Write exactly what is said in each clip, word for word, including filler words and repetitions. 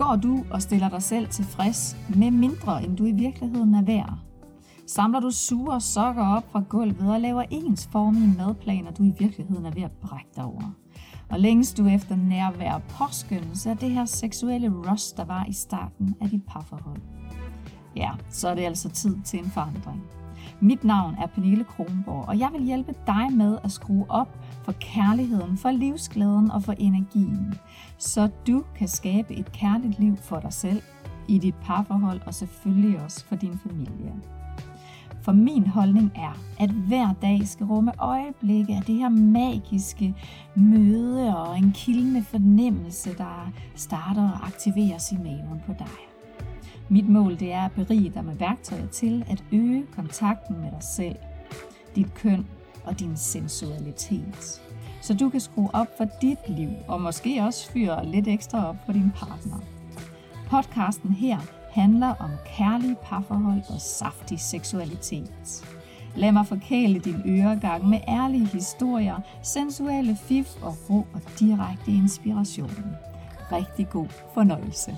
går du og stiller dig selv tilfreds med mindre, end du i virkeligheden er værd? Samler du sure sokker op fra gulvet og laver ensformige madplaner, du i virkeligheden er ved at brække dig over? Og længes du efter nærvær og påskyndelse af det her seksuelle rush, der var i starten af dit parforhold? Ja, så er det altså tid til en forandring. Mit navn er Pernille Kronborg, og jeg vil hjælpe dig med at skrue op for kærligheden, for livsglæden og for energien, så du kan skabe et kærligt liv for dig selv, i dit parforhold og selvfølgelig også for din familie. For min holdning er, at hver dag skal rumme øjeblikke af det her magiske møde og en kildende fornemmelse, der starter og aktiveres i maven på dig. Mit mål det er at berige dig med værktøjer til at øge kontakten med dig selv, dit køn og din sensualitet, så du kan skrue op for dit liv og måske også fyre lidt ekstra op for din partner. Podcasten her handler om kærlige parforhold og saftig seksualitet. Lad mig forkæle din øregang med ærlige historier, sensuelle fif og ro og direkte inspiration. Rigtig god fornøjelse.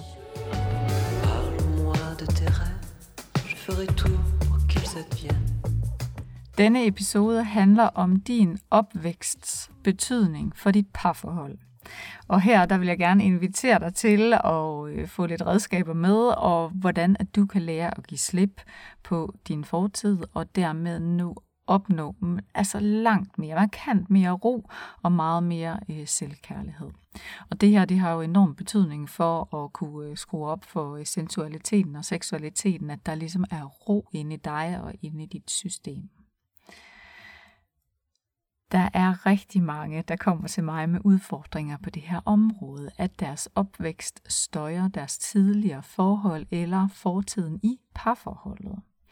Denne episode handler om din opvæksts betydning for dit parforhold. Og her der vil jeg gerne invitere dig til at få lidt redskaber med, og hvordan at du kan lære at give slip på din fortid, og dermed nu opnå altså langt mere, markant mere ro og meget mere øh, selvkærlighed. Og det her det har jo enorm betydning for at kunne skrue op for sensualiteten og seksualiteten, at der ligesom er ro inde i dig og inde i dit system. Der er rigtig mange, der kommer til mig med udfordringer på det her område, at deres opvækst støjer deres tidligere forhold eller fortiden i parforholdet.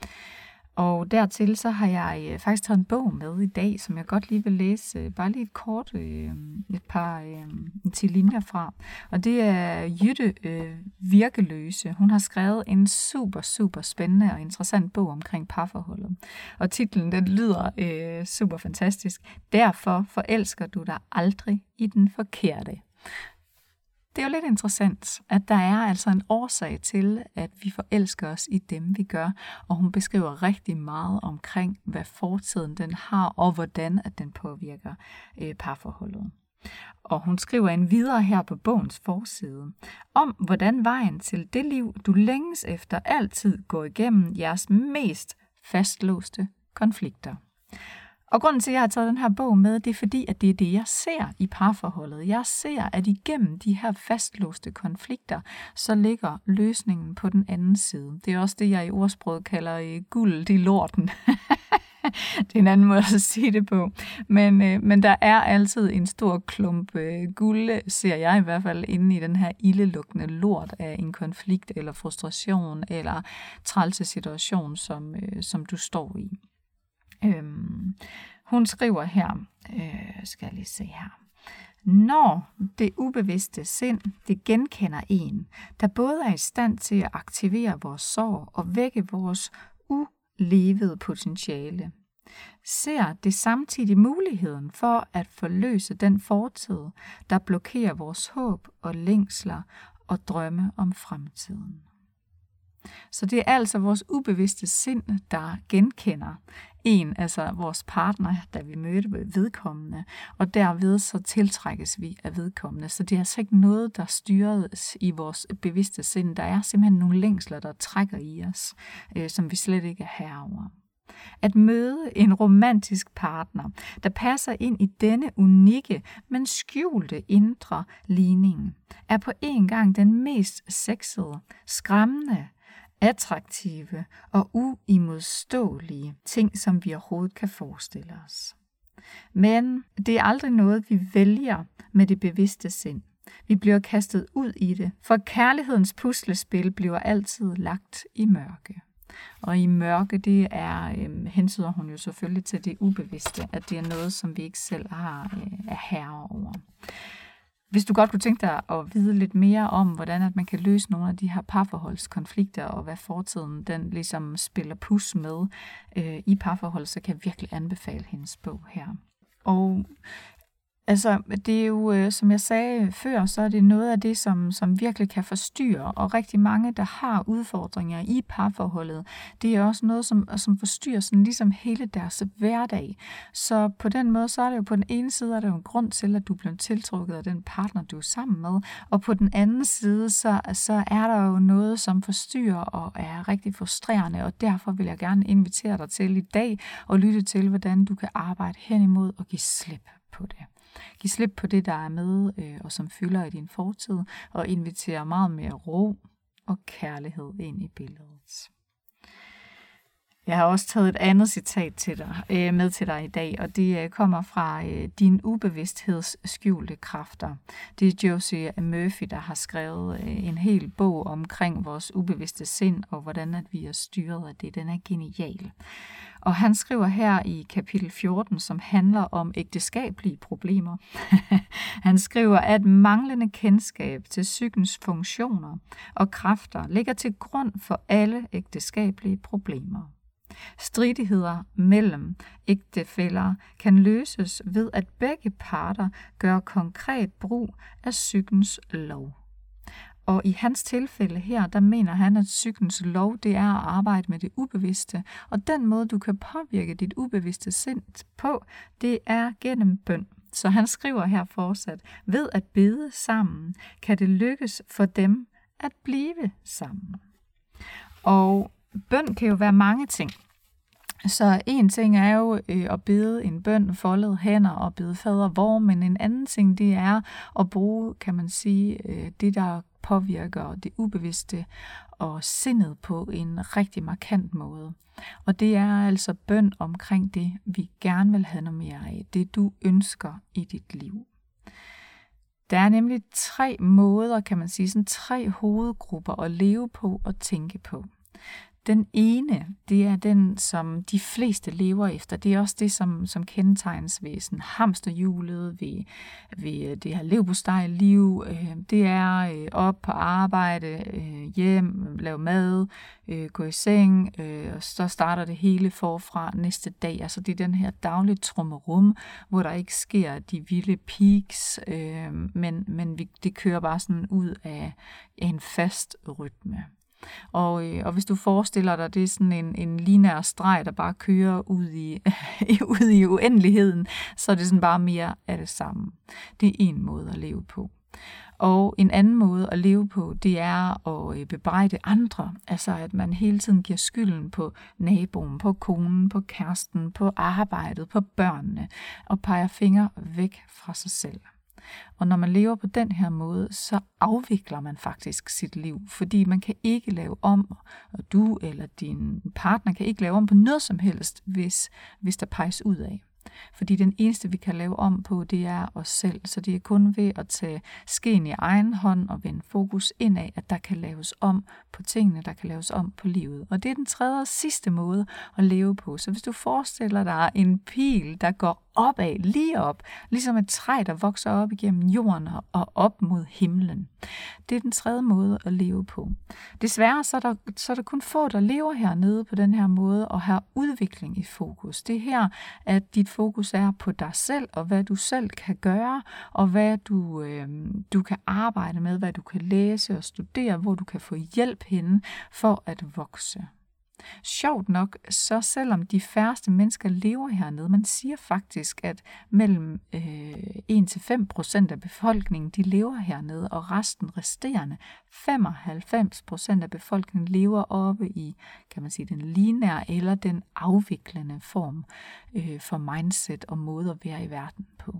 Og dertil så har jeg faktisk taget en bog med i dag, som jeg godt lige vil læse, bare lige et kort, et par til linjer fra. Og det er Jytte Virkeløse. Hun har skrevet en super, super spændende og interessant bog omkring parforholdet. Og titlen den lyder øh, super fantastisk. Derfor forelsker du dig aldrig i den forkerte. Det er jo lidt interessant, at der er altså en årsag til, at vi forelsker os i dem, vi gør. Og hun beskriver rigtig meget omkring, hvad fortiden den har, og hvordan at den påvirker øh, parforholdet. Og hun skriver en videre her på bogens forside, om hvordan vejen til det liv, du længes efter, altid går igennem jeres mest fastlåste konflikter. Og grunden til, at jeg har taget den her bog med, det er fordi, at det er det, jeg ser i parforholdet. Jeg ser, at igennem de her fastlåste konflikter, så ligger løsningen på den anden side. Det er også det, jeg i ordsproget kalder guld i lorten. Det er en anden måde at sige det på. Men, øh, men der er altid en stor klump øh, guld, ser jeg i hvert fald, inde i den her ildelugtende lort af en konflikt eller frustration eller trælse situation, som, øh, som du står i. Øhm, hun skriver her, øh, skal jeg lige se her. Når det ubevidste sind, det genkender en, der både er i stand til at aktivere vores sorg og vække vores ulevede potentiale, ser det samtidig muligheden for at forløse den fortid, der blokerer vores håb og længsler og drømme om fremtiden. Så det er altså vores ubevidste sind, der genkender en, altså vores partner, da vi mødte vedkommende, og derved så tiltrækkes vi af vedkommende. Så det er altså ikke noget, der styres i vores bevidste sind. Der er simpelthen nogle længsler, der trækker i os, øh, som vi slet ikke er herover. At møde en romantisk partner, der passer ind i denne unikke, men skjulte indre ligning, er på en gang den mest sexede, skræmmende, attraktive og uimodståelige ting, som vi overhovedet kan forestille os. Men det er aldrig noget, vi vælger med det bevidste sind. Vi bliver kastet ud i det, for kærlighedens puslespil bliver altid lagt i mørke. Og i mørke, det er, øh, hensyder hun jo selvfølgelig til det ubevidste, at det er noget, som vi ikke selv har øh, er herre over. Hvis du godt kunne tænke dig at vide lidt mere om, hvordan at man kan løse nogle af de her parforholdskonflikter, og hvad fortiden den ligesom spiller pus med øh, i parforhold, så kan jeg virkelig anbefale hendes bog her. Og Altså, det er jo, øh, som jeg sagde før, så er det noget af det, som, som virkelig kan forstyrre, og rigtig mange, der har udfordringer i parforholdet, det er også noget, som, som forstyrrer sådan ligesom hele deres hverdag. Så på den måde, så er det jo på den ene side, er der jo en grund til, at du bliver tiltrukket af den partner, du er sammen med, og på den anden side, så, så er der jo noget, som forstyrrer og er rigtig frustrerende, og derfor vil jeg gerne invitere dig til i dag og lytte til, hvordan du kan arbejde hen imod og give slip på det. Giv slip på det, der er med øh, og som fylder i din fortid, og invitere meget mere ro og kærlighed ind i billedet. Jeg har også taget et andet citat til dig, øh, med til dig i dag, og det øh, kommer fra øh, Din ubevidstheds skjulte kræfter. Det er Josie Murphy, der har skrevet øh, en hel bog omkring vores ubevidste sind, og hvordan at vi er styret af det. Den er genial. Og han skriver her i kapitel fjorten, som handler om ægteskabelige problemer. Han skriver, at manglende kendskab til psykens funktioner og kræfter ligger til grund for alle ægteskabelige problemer. Stridigheder mellem ægtefæller kan løses ved, at begge parter gør konkret brug af psykens lov. Og i hans tilfælde her, der mener han, at psykens lov, det er at arbejde med det ubevidste. Og den måde, du kan påvirke dit ubevidste sind på, det er gennem bøn. Så han skriver her fortsat, ved at bede sammen, kan det lykkes for dem at blive sammen. Og bøn kan jo være mange ting. Så en ting er jo øh, at bede en bøn, foldet hænder og bede fader vor, men en anden ting, det er at bruge, kan man sige, øh, det der påvirker det ubevidste og sindet på en rigtig markant måde. Og det er altså bøn omkring det, vi gerne vil have noget mere af, det du ønsker i dit liv. Der er nemlig tre måder, kan man sige, sådan tre hovedgrupper at leve på og tænke på. Den ene, det er den, som de fleste lever efter. Det er også det, som, som kendetegnes ved sådan hamsterhjulet, ved, ved det her leverpostej-liv. Det er op på arbejde, hjem, lave mad, gå i seng, og så starter det hele forfra næste dag. Altså det er den her daglige trummerum, hvor der ikke sker de vilde peaks, men, men det kører bare sådan ud af en fast rytme. Og, og hvis du forestiller dig, det er sådan en, en lineær streg, der bare kører ud i, ud i uendeligheden, så er det sådan bare mere af det samme. Det er en måde at leve på. Og en anden måde at leve på, det er at bebrejde andre. Altså at man hele tiden giver skylden på naboen, på konen, på kæresten, på arbejdet, på børnene, og peger fingre væk fra sig selv. Og når man lever på den her måde, så afvikler man faktisk sit liv, fordi man kan ikke lave om, og du eller din partner kan ikke lave om på noget som helst, hvis, hvis der peges ud af. Fordi den eneste, vi kan lave om på, det er os selv. Så det er kun ved at tage skeen i egen hånd og vende fokus indad, at der kan laves om på tingene, der kan laves om på livet. Og det er den tredje og sidste måde at leve på. Så hvis du forestiller dig en pil, der går opad, lige op, ligesom et træ, der vokser op igennem jorden og op mod himlen. Det er den tredje måde at leve på. Desværre så er, der, så er der kun få, der lever hernede på den her måde og har udvikling i fokus. Det er her, at dit fokus er på dig selv, og hvad du selv kan gøre, og hvad du, øh, du kan arbejde med, hvad du kan læse og studere, hvor du kan få hjælp henne for at vokse. Sjovt nok, så selvom de færreste mennesker lever hernede, man siger faktisk, at mellem øh, en til fem procent af befolkningen, de lever hernede, og resten resterende, femoghalvfems procent af befolkningen lever oppe i, kan man sige, den lineære eller den afviklende form øh, for mindset og måde at være i verden på.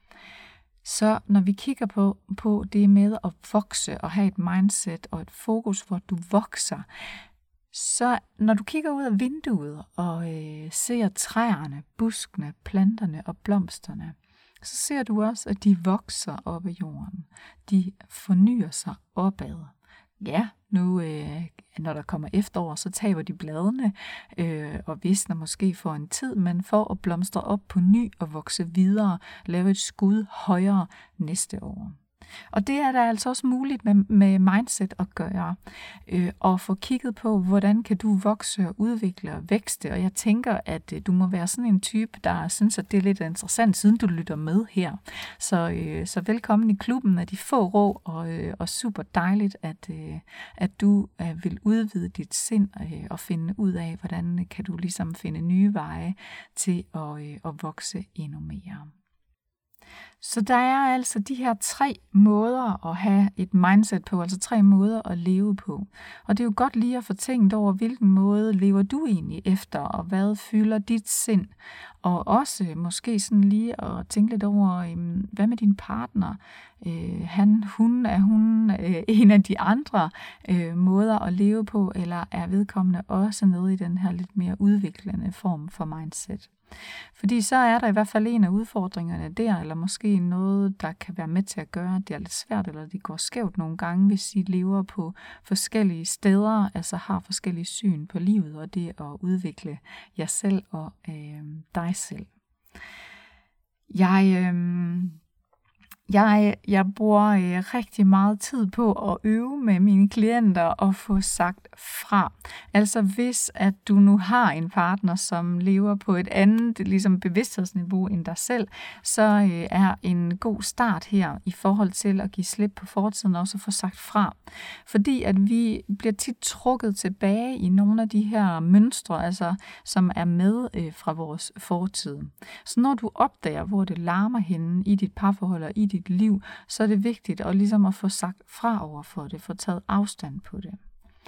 Så når vi kigger på, på det med at vokse og have et mindset og et fokus, hvor du vokser, så når du kigger ud af vinduet og øh, ser træerne, buskene, planterne og blomsterne, så ser du også, at de vokser op af jorden. De fornyer sig opad. Ja, nu øh, når der kommer efterår, så taber de bladene øh, og visner måske for en tid, men for at blomstre op på ny og vokse videre, lave et skud højere næste år. Og det er der altså også muligt med, med mindset at gøre, øh, og få kigget på, hvordan kan du vokse og udvikle og vækste. Og jeg tænker, at øh, du må være sådan en type, der synes, at det er lidt interessant, siden du lytter med her. Så, øh, så velkommen i klubben af de få rå, og, øh, og super dejligt, at, øh, at du øh, vil udvide dit sind øh, og finde ud af, hvordan kan du ligesom finde nye veje til at, øh, at vokse endnu mere. Så der er altså de her tre måder at have et mindset på, altså tre måder at leve på. Og det er jo godt lige at få tænkt over, hvilken måde lever du egentlig efter, og hvad fylder dit sind. Og også måske sådan lige at tænke lidt over, hvad med din partner? Han, hun, er hun en af de andre måder at leve på, eller er vedkommende også nede i den her lidt mere udviklende form for mindset? Fordi så er der i hvert fald en af udfordringerne der, eller måske noget, der kan være med til at gøre, at det er lidt svært, eller det går skævt nogle gange, hvis I lever på forskellige steder, altså har forskellige syn på livet, og det at udvikle jer selv og øh, dig selv. Jeg... Øh, Jeg, jeg bruger øh, rigtig meget tid på at øve med mine klienter og få sagt fra. Altså hvis at du nu har en partner, som lever på et andet ligesom bevidsthedsniveau end dig selv, så øh, er en god start her i forhold til at give slip på fortiden og også få sagt fra. Fordi at vi bliver tit trukket tilbage i nogle af de her mønstre, altså, som er med øh, fra vores fortid. Så når du opdager, hvor det larmer henne i dit parforhold og i dit liv, så er det vigtigt at, ligesom at få sagt fra over for det, få taget afstand på det.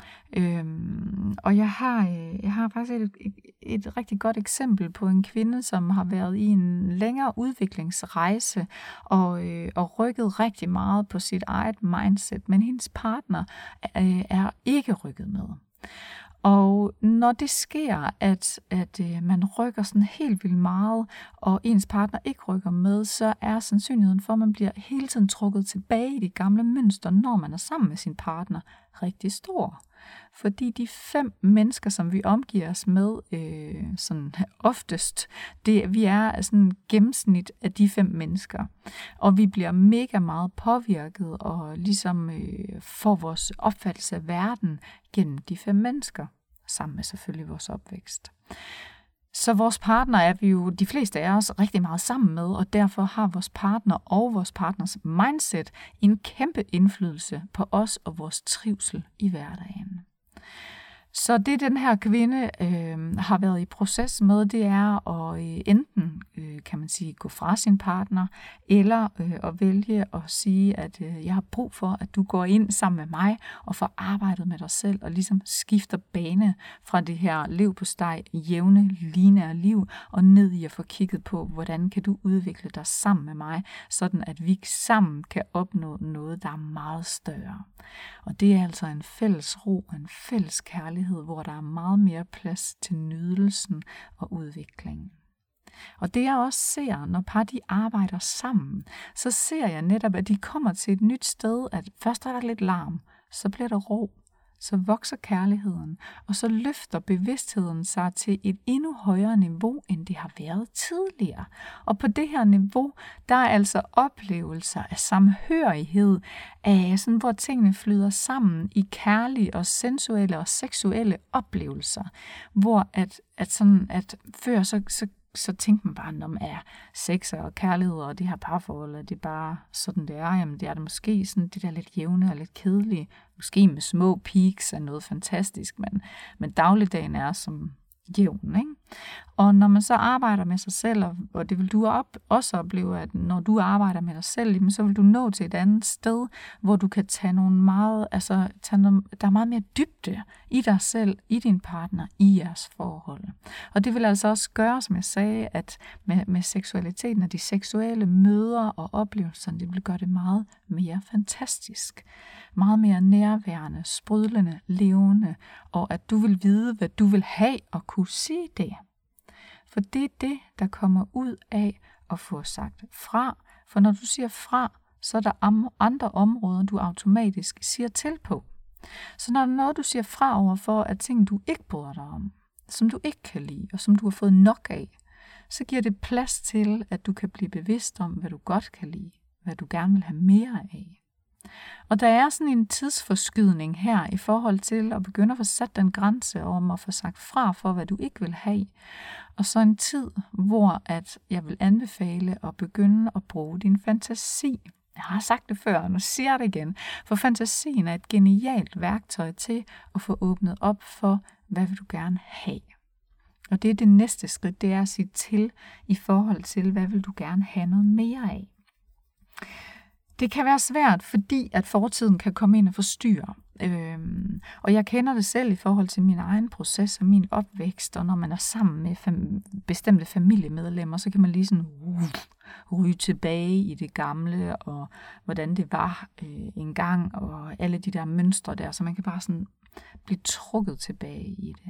Øhm, og jeg har, jeg har faktisk et, et, et rigtig godt eksempel på en kvinde, som har været i en længere udviklingsrejse og, øh, og rykket rigtig meget på sit eget mindset, men hendes partner øh, er ikke rykket med. Og når det sker, at, at øh, man rykker sådan helt vildt meget, og ens partner ikke rykker med, så er sandsynligheden for, at man bliver hele tiden trukket tilbage i de gamle mønstre, når man er sammen med sin partner, rigtig stor. Fordi de fem mennesker, som vi omgiver os med øh, sådan oftest, det, vi er sådan gennemsnit af de fem mennesker. Og vi bliver mega meget påvirket og ligesom øh, får vores opfattelse af verden gennem de fem mennesker, sammen med selvfølgelig vores opvækst. Så vores partner er vi jo de fleste af os rigtig meget sammen med, og derfor har vores partner og vores partners mindset en kæmpe indflydelse på os og vores trivsel i hverdagen. Så det, den her kvinde øh, har været i proces med, det er at øh, enten, øh, kan man sige, gå fra sin partner, eller øh, at vælge at sige, at øh, jeg har brug for, at du går ind sammen med mig og får arbejdet med dig selv, og ligesom skifter bane fra det her lev på steg, jævne, lineære liv, og ned i at få kigget på, hvordan kan du udvikle dig sammen med mig, sådan at vi sammen kan opnå noget, der er meget større. Og det er altså en fælles ro, en fælles kærlighed, hvor der er meget mere plads til nydelsen og udviklingen. Og det jeg også ser, når par de arbejder sammen, så ser jeg netop, at de kommer til et nyt sted, at først er der lidt larm, så bliver der ro, så vokser kærligheden, og så løfter bevidstheden sig til et endnu højere niveau, end det har været tidligere. Og på det her niveau, der er altså oplevelser af samhørighed, af sådan, hvor tingene flyder sammen i kærlige og sensuelle og seksuelle oplevelser, hvor at, at, sådan, at før så, så så tænkte man bare, om er sex og kærlighed og det her parforhold, og det er bare sådan, det er. Jamen, det er det måske sådan, det der lidt jævne og lidt kedelige. Måske med små peaks er noget fantastisk, men, men dagligdagen er som jævn, ikke? Og når man så arbejder med sig selv, og det vil du op, også opleve, at når du arbejder med dig selv, så vil du nå til et andet sted, hvor du kan tage nogle meget, altså tage nogle, der er meget mere dybde i dig selv, i din partner, i jeres forhold. Og det vil altså også gøre, som jeg sagde, at med, med seksualiteten og de seksuelle møder og oplevelser, det vil gøre det meget mere fantastisk. Meget mere nærværende, sprudlende, levende, og at du vil vide, hvad du vil have og kunne sige det. For det er det, der kommer ud af at få sagt fra. For når du siger fra, så er der andre områder, du automatisk siger til på. Så når der er noget, du siger fra over for, at ting, du ikke bryder dig om, som du ikke kan lide, og som du har fået nok af, så giver det plads til, at du kan blive bevidst om, hvad du godt kan lide, hvad du gerne vil have mere af. Og der er sådan en tidsforskydning her i forhold til at begynde at få sat den grænse om at få sagt fra for, hvad du ikke vil have. Og så en tid, hvor at jeg vil anbefale at begynde at bruge din fantasi. Jeg har sagt det før, og nu siger jeg det igen. For fantasien er et genialt værktøj til at få åbnet op for, hvad vil du gerne have. Og det er det næste skridt, det er at sige til i forhold til, hvad vil du gerne have noget mere af. Det kan være svært, fordi at fortiden kan komme ind og forstyrre. Øhm, og jeg kender det selv i forhold til min egen proces og min opvækst, og når man er sammen med fam- bestemte familiemedlemmer, så kan man lige sådan uh, ryge tilbage i det gamle, og hvordan det var øh, engang, og alle de der mønstre der, så man kan bare sådan blive trukket tilbage i det.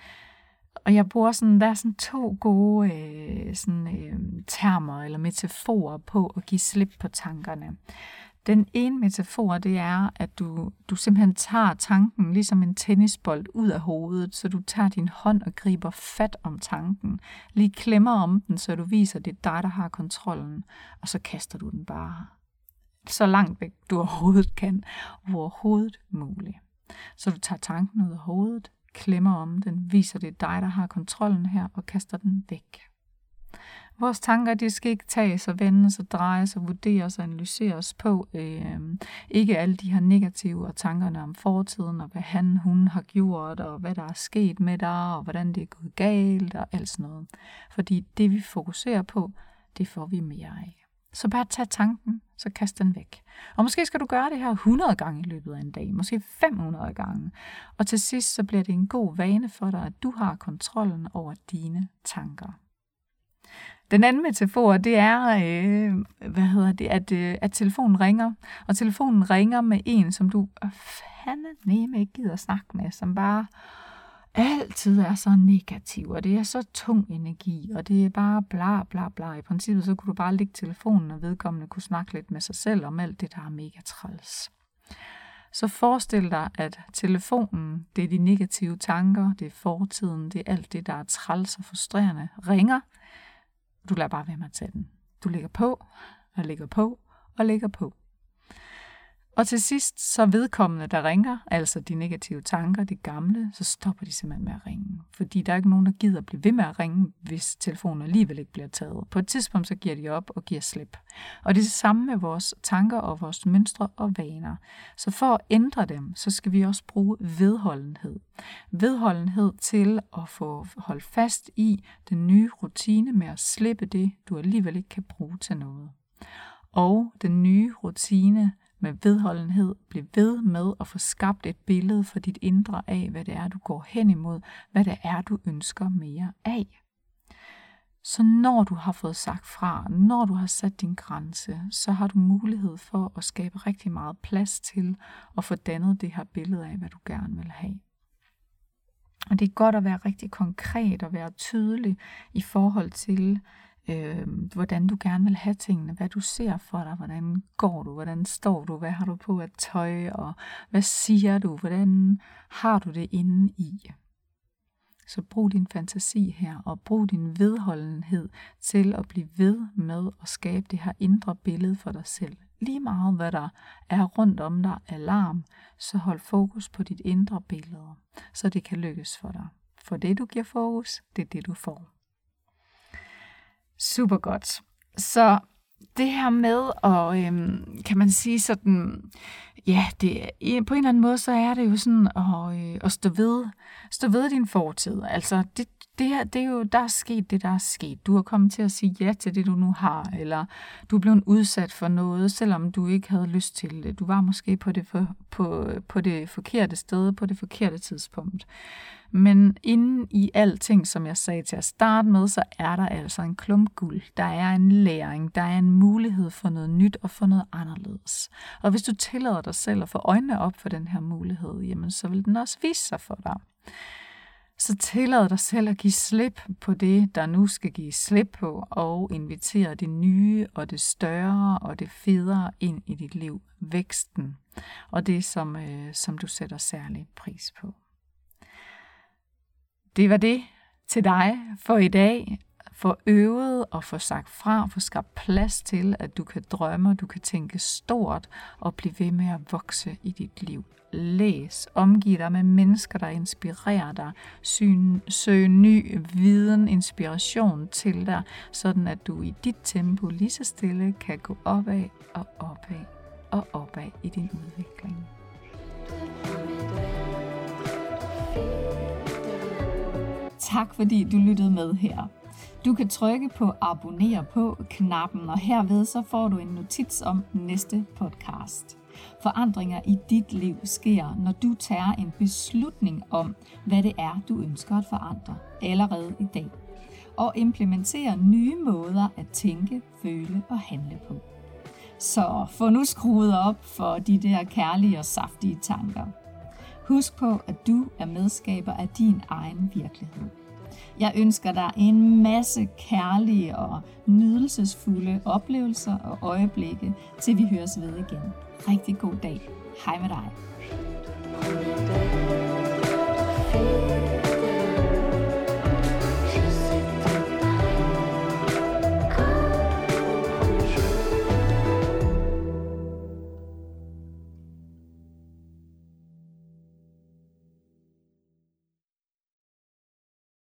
Og jeg bruger sådan, der er sådan to gode øh, sådan, øh, termer eller metaforer på at give slip på tankerne. Den ene metafor, det er, at du, du simpelthen tager tanken ligesom en tennisbold ud af hovedet, så du tager din hånd og griber fat om tanken. Lige klemmer om den, så du viser, at det er dig, der har kontrollen, og så kaster du den bare så langt væk, du overhovedet kan, overhovedet muligt. Så du tager tanken ud af hovedet, klemmer om den, viser det dig, der har kontrollen her, og kaster den væk. Vores tanker, de skal ikke tages og vendes og drejes og vurderes og analyseres på. Øh, ikke alle de her negative og tankerne om fortiden, og hvad han, hun har gjort, og hvad der er sket med dig, og hvordan det er gået galt, og alt sådan noget. Fordi det, vi fokuserer på, det får vi mere af. Så bare tag tanken, så kast den væk. Og måske skal du gøre det her hundrede gange i løbet af en dag, måske fem hundrede gange. Og til sidst så bliver det en god vane for dig, at du har kontrollen over dine tanker. Den anden metafor, det er, øh, hvad hedder det, at, øh, at telefonen ringer. Og telefonen ringer med en, som du fandeme ikke gider snakke med, som bare altid er så negativ, og det er så tung energi, og det er bare bla bla bla. I princippet så kunne du bare lægge telefonen, og vedkommende kunne snakke lidt med sig selv om alt det, der er mega træls. Så forestil dig, at telefonen, det er de negative tanker, det er fortiden, det er alt det, der er træls og frustrerende, ringer. Du lader bare være med at tage den. Du lægger på, og lægger på, og lægger på. Og til sidst, så vedkommende, der ringer, altså de negative tanker, de gamle, så stopper de simpelthen med at ringe. Fordi der er ikke nogen, der gider blive ved med at ringe, hvis telefonen alligevel ikke bliver taget. På et tidspunkt, så giver de op og giver slip. Og det er det samme med vores tanker og vores mønstre og vaner. Så for at ændre dem, så skal vi også bruge vedholdenhed. Vedholdenhed til at få holdt fast i den nye rutine med at slippe det, du alligevel ikke kan bruge til noget. Og den nye rutine med vedholdenhed, bliv ved med at få skabt et billede for dit indre af, hvad det er, du går hen imod, hvad det er, du ønsker mere af. Så når du har fået sagt fra, når du har sat din grænse, så har du mulighed for at skabe rigtig meget plads til at få dannet det her billede af, hvad du gerne vil have. Og det er godt at være rigtig konkret og være tydelig i forhold til, Øh, hvordan du gerne vil have tingene, hvad du ser for dig, hvordan går du, hvordan står du, hvad har du på at tøj, og hvad siger du, hvordan har du det inde i. Så brug din fantasi her, og brug din vedholdenhed til at blive ved med at skabe det her indre billede for dig selv. Lige meget hvad der er rundt om dig af larm, så hold fokus på dit indre billede, så det kan lykkes for dig. For det du giver fokus, det er det du får. Super godt. Så det her med at, øhm, kan man sige sådan, ja, det, på en eller anden måde, så er det jo sådan at, øh, at stå ved, stå ved din fortid. Altså, det, det, her, det er jo, der er sket det, der er sket. Du er kommet til at sige ja til det, du nu har, eller du er blevet udsat for noget, selvom du ikke havde lyst til det. Du var måske på det, for, på, på det forkerte sted, på det forkerte tidspunkt. Men inden i alting, som jeg sagde til at starte med, så er der altså en klump guld. Der er en læring, der er en mulighed for noget nyt og for noget anderledes. Og hvis du tillader dig selv at få øjnene op for den her mulighed, jamen så vil den også vise sig for dig. Så tillad dig selv at give slip på det, der nu skal give slip på, og invitere det nye og det større og det federe ind i dit liv. Væksten og det, som, øh, som du sætter særlig pris på. Det var det til dig for i dag. Få øvet og få sagt fra, få skabt plads til, at du kan drømme, du kan tænke stort og blive ved med at vokse i dit liv. Læs, omgiv dig med mennesker, der inspirerer dig. Søg ny viden, inspiration til dig, sådan at du i dit tempo lige så stille kan gå opad og opad og opad i din udvikling. Tak fordi du lyttede med her. Du kan trykke på abonner på-knappen, og herved så får du en notits om næste podcast. Forandringer i dit liv sker, når du tager en beslutning om, hvad det er, du ønsker at forandre allerede i dag, og implementerer nye måder at tænke, føle og handle på. Så få nu skruet op for de der kærlige og saftige tanker. Husk på, at du er medskaber af din egen virkelighed. Jeg ønsker dig en masse kærlige og nydelsesfulde oplevelser og øjeblikke, til vi høres ved igen. Rigtig god dag. Hej med dig.